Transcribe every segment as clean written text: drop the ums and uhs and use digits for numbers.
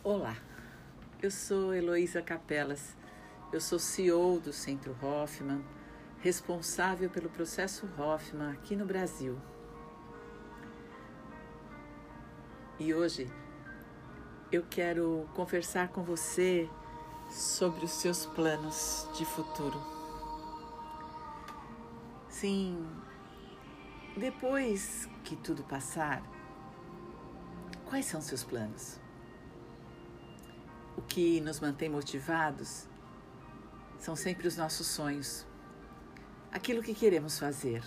Olá, eu sou Heloísa Capelas, eu sou CEO do Centro Hoffman, responsável pelo processo Hoffman aqui no Brasil. E hoje eu quero conversar com você sobre os seus planos de futuro. Sim, depois que tudo passar, quais são seus planos? O que nos mantém motivados são sempre os nossos sonhos, aquilo que queremos fazer.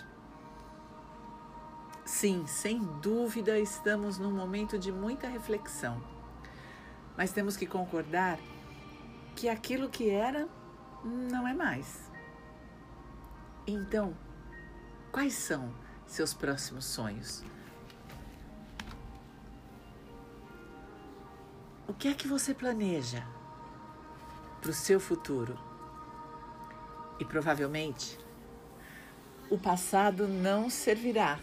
Sim, sem dúvida estamos num momento de muita reflexão, mas temos que concordar que aquilo que era não é mais. Então, quais são seus próximos sonhos? O que é que você planeja para o seu futuro? E provavelmente o passado não servirá.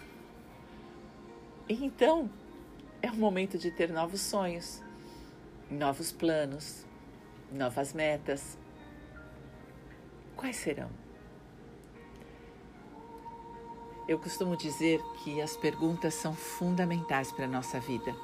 Então é o momento de ter novos sonhos, novos planos, novas metas. Quais serão? Eu costumo dizer que as perguntas são fundamentais para a nossa vida.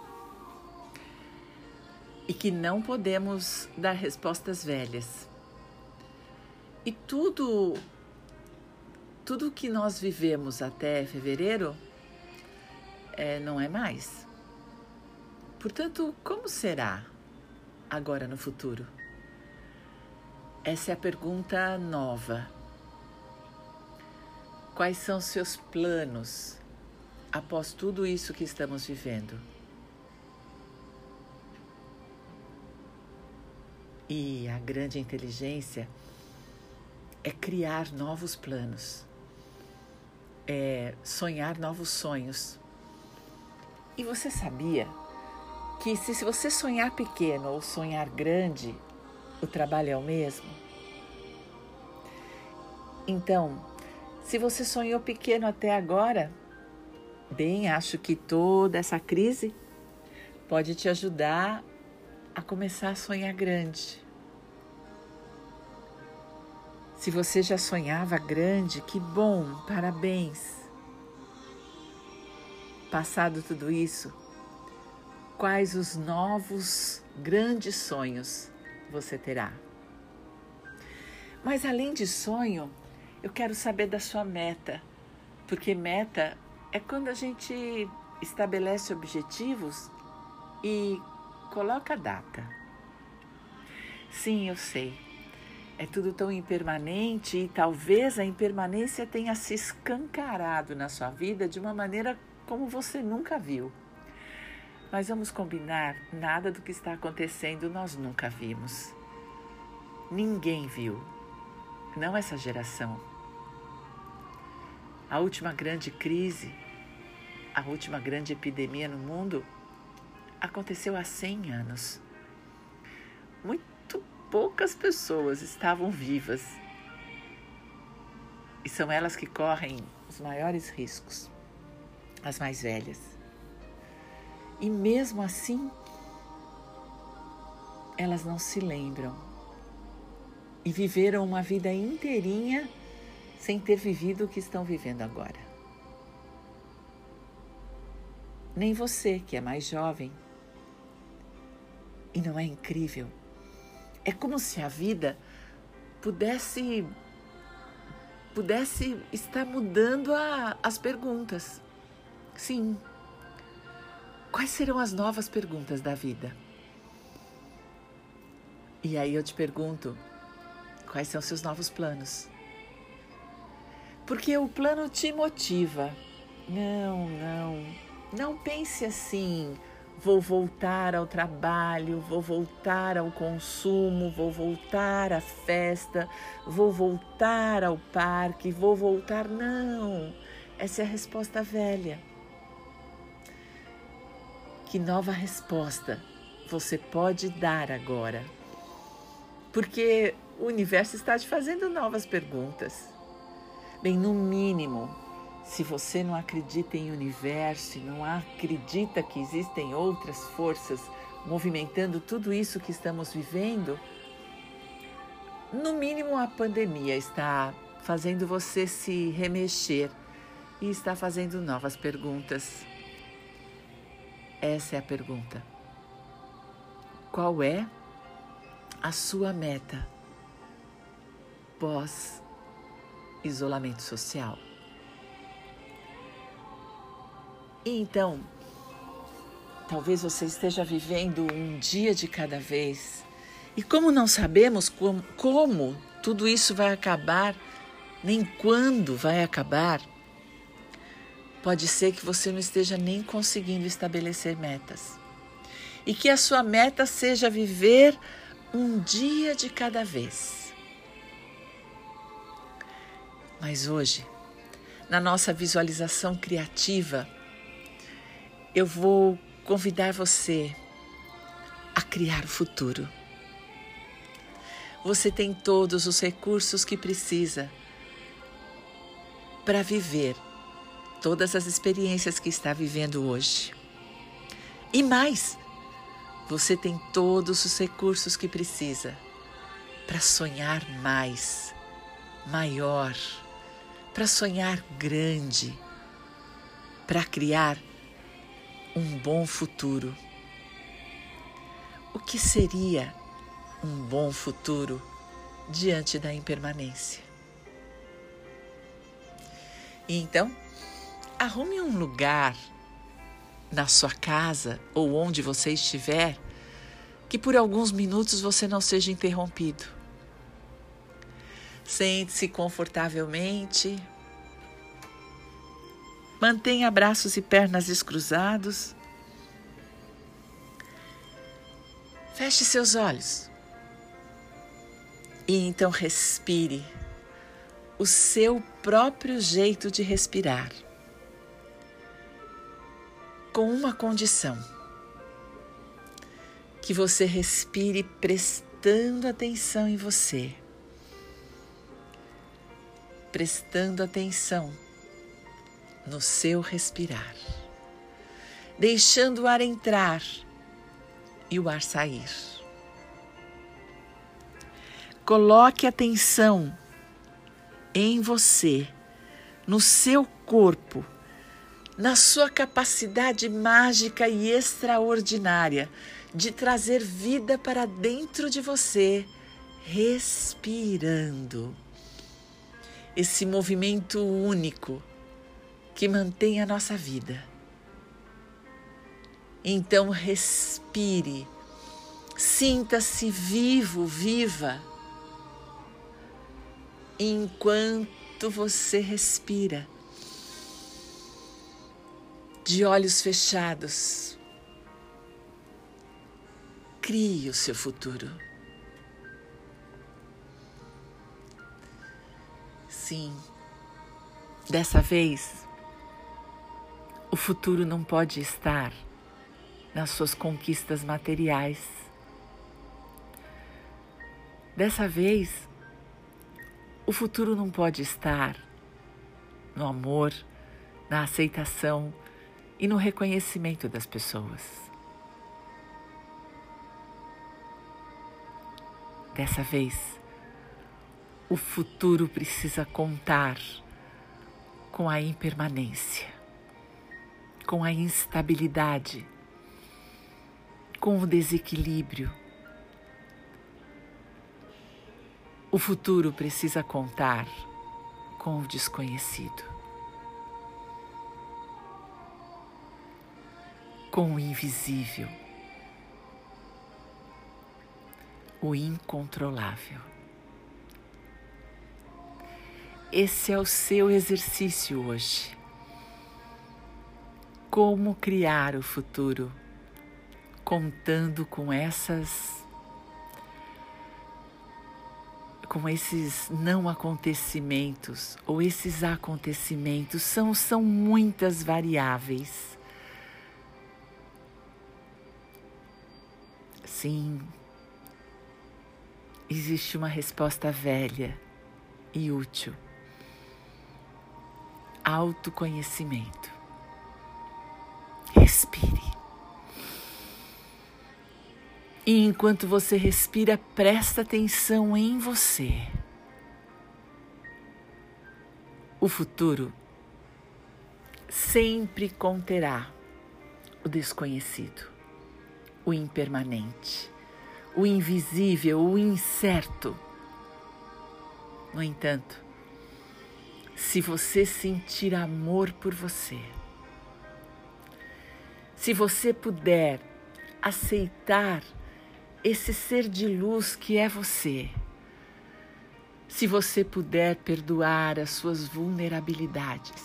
E que não podemos dar respostas velhas. E tudo que nós vivemos até fevereiro não é mais. Portanto, como será agora no futuro? Essa é a pergunta nova. Quais são seus planos após tudo isso que estamos vivendo? E a grande inteligência é criar novos planos, é sonhar novos sonhos. E você sabia que se você sonhar pequeno ou sonhar grande, o trabalho é o mesmo? Então, se você sonhou pequeno até agora, bem, acho que toda essa crise pode te ajudar a começar a sonhar grande. Se você já sonhava grande, que bom, parabéns. Passado tudo isso, quais os novos grandes sonhos você terá? Mas além de sonho, eu quero saber da sua meta, porque meta é quando a gente estabelece objetivos e coloca a data. Sim, eu sei. É tudo tão impermanente e talvez a impermanência tenha se escancarado na sua vida de uma maneira como você nunca viu. Mas vamos combinar, nada do que está acontecendo nós nunca vimos. Ninguém viu. Não essa geração. A última grande crise, a última grande epidemia no mundo aconteceu há 100 anos. Muito poucas pessoas estavam vivas. E são elas que correm os maiores riscos, as mais velhas. E mesmo assim, elas não se lembram. E viveram uma vida inteirinha sem ter vivido o que estão vivendo agora. Nem você, que é mais jovem. E não é incrível? É como se a vida pudesse estar mudando as perguntas. Sim. Quais serão as novas perguntas da vida? E aí eu te pergunto, quais são seus novos planos? Porque o plano te motiva. Não pense assim. Vou voltar ao trabalho, vou voltar ao consumo, vou voltar à festa, vou voltar ao parque, vou voltar. Não, essa é a resposta velha. Que nova resposta você pode dar agora? Porque o universo está te fazendo novas perguntas. Bem, no mínimo, Se você não acredita em universo e não acredita que existem outras forças movimentando tudo isso que estamos vivendo, no mínimo a pandemia está fazendo você se remexer e está fazendo novas perguntas. Essa é a pergunta. Qual é a sua meta pós-isolamento social? E então, talvez você esteja vivendo um dia de cada vez. E como não sabemos como tudo isso vai acabar, nem quando vai acabar, pode ser que você não esteja nem conseguindo estabelecer metas. E que a sua meta seja viver um dia de cada vez. Mas hoje, na nossa visualização criativa, eu vou convidar você a criar o futuro. Você tem todos os recursos que precisa para viver todas as experiências que está vivendo hoje. E mais, você tem todos os recursos que precisa para sonhar mais, maior, para sonhar grande, para criar um bom futuro. O que seria um bom futuro diante da impermanência? E então, arrume um lugar na sua casa ou onde você estiver que por alguns minutos você não seja interrompido. Sente-se confortavelmente. Mantenha braços e pernas descruzados. Feche seus olhos. E então respire o seu próprio jeito de respirar. Com uma condição: que você respire prestando atenção em você. Prestando atenção no seu respirar. Deixando o ar entrar e o ar sair. Coloque atenção em você, no seu corpo, na sua capacidade mágica e extraordinária de trazer vida para dentro de você, respirando. Esse movimento único que mantém a nossa vida. Então respire, sinta-se vivo, viva, enquanto você respira. De olhos fechados, crie o seu futuro. Sim, dessa vez, o futuro não pode estar nas suas conquistas materiais. Dessa vez, o futuro não pode estar no amor, na aceitação e no reconhecimento das pessoas. Dessa vez, o futuro precisa contar com a impermanência, com a instabilidade, com o desequilíbrio. O futuro precisa contar com o desconhecido, com o invisível, o incontrolável. Esse é o seu exercício hoje. Como criar o futuro, contando com esses não acontecimentos ou esses acontecimentos, são muitas variáveis. Sim, existe uma resposta velha e útil. autoconhecimento. Respire. E enquanto você respira, presta atenção em você. O futuro sempre conterá o desconhecido, o impermanente, o invisível, o incerto. No entanto, se você sentir amor por você, se você puder aceitar esse ser de luz que é você, se você puder perdoar as suas vulnerabilidades,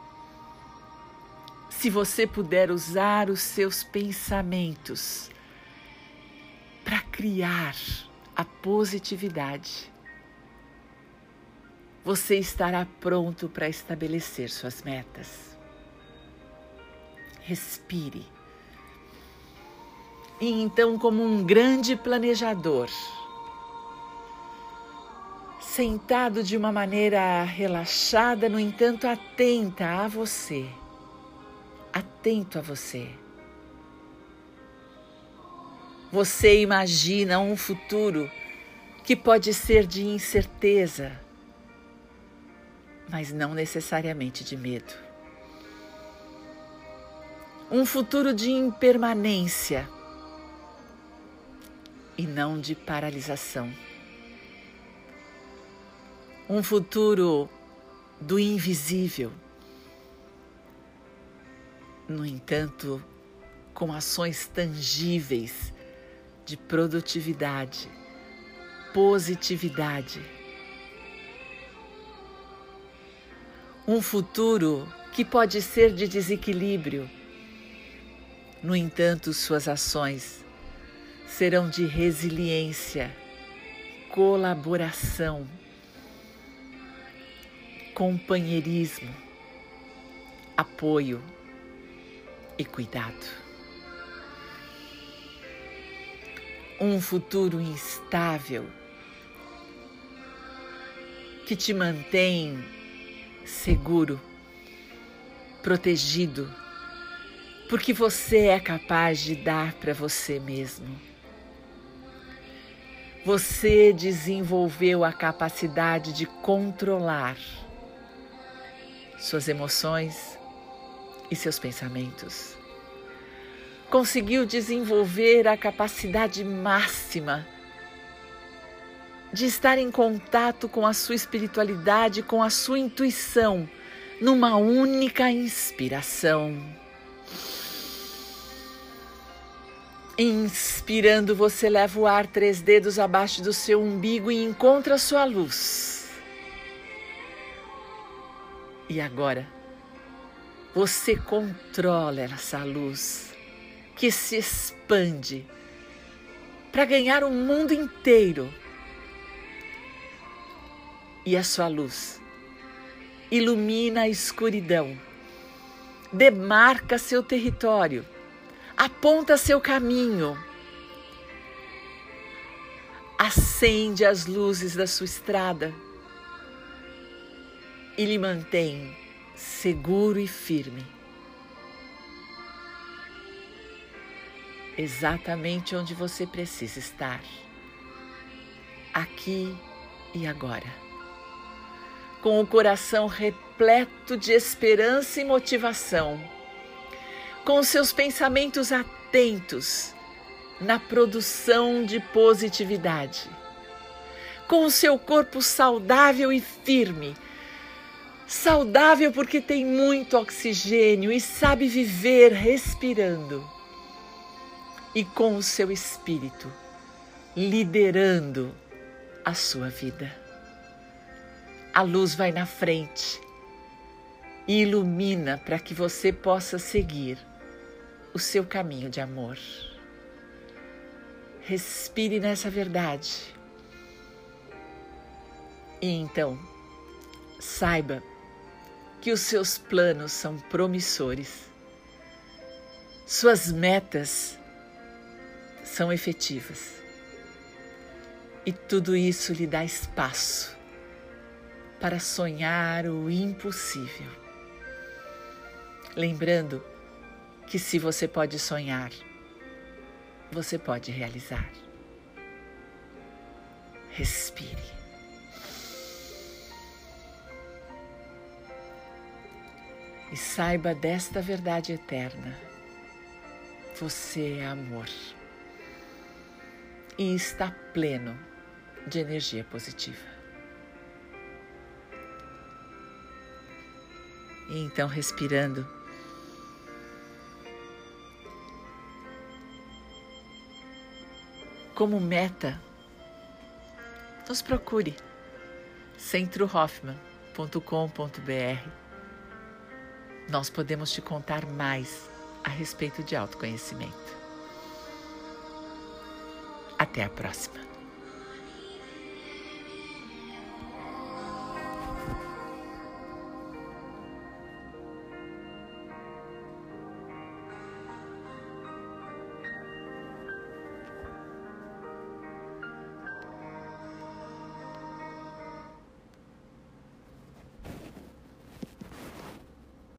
se você puder usar os seus pensamentos para criar a positividade, você estará pronto para estabelecer suas metas. Respire. E então, como um grande planejador, sentado de uma maneira relaxada, no entanto, atento a você, você imagina um futuro que pode ser de incerteza, mas não necessariamente de medo. Um futuro de impermanência e não de paralisação. Um futuro do invisível, no entanto, com ações tangíveis de produtividade, positividade. Um futuro que pode ser de desequilíbrio, no entanto, suas ações serão de resiliência, colaboração, companheirismo, apoio e cuidado. Um futuro instável que te mantém seguro, protegido, porque você é capaz de dar para você mesmo. Você desenvolveu a capacidade de controlar suas emoções e seus pensamentos. Conseguiu desenvolver a capacidade máxima de estar em contato com a sua espiritualidade, com a sua intuição, numa única inspiração. Inspirando, você leva o ar 3 dedos abaixo do seu umbigo e encontra a sua luz. E agora, você controla essa luz que se expande para ganhar o mundo inteiro. E a sua luz ilumina a escuridão, demarca seu território, aponta seu caminho, acende as luzes da sua estrada e lhe mantém seguro e firme, exatamente onde você precisa estar, aqui e agora, com o coração repleto de esperança e motivação, com os seus pensamentos atentos na produção de positividade, com o seu corpo saudável e firme, saudável porque tem muito oxigênio e sabe viver respirando, e com o seu espírito liderando a sua vida. A luz vai na frente e ilumina para que você possa seguir o seu caminho de amor. Respire nessa verdade. E então, saiba que os seus planos são promissores. Suas metas são efetivas. E tudo isso lhe dá espaço para sonhar o impossível. Lembrando que se você pode sonhar, você pode realizar. Respire. E saiba desta verdade eterna. Você é amor. E está pleno de energia positiva. E então, respirando, como meta, nos procure centrohoffman.com.br. Nós podemos te contar mais a respeito de autoconhecimento. Até a próxima!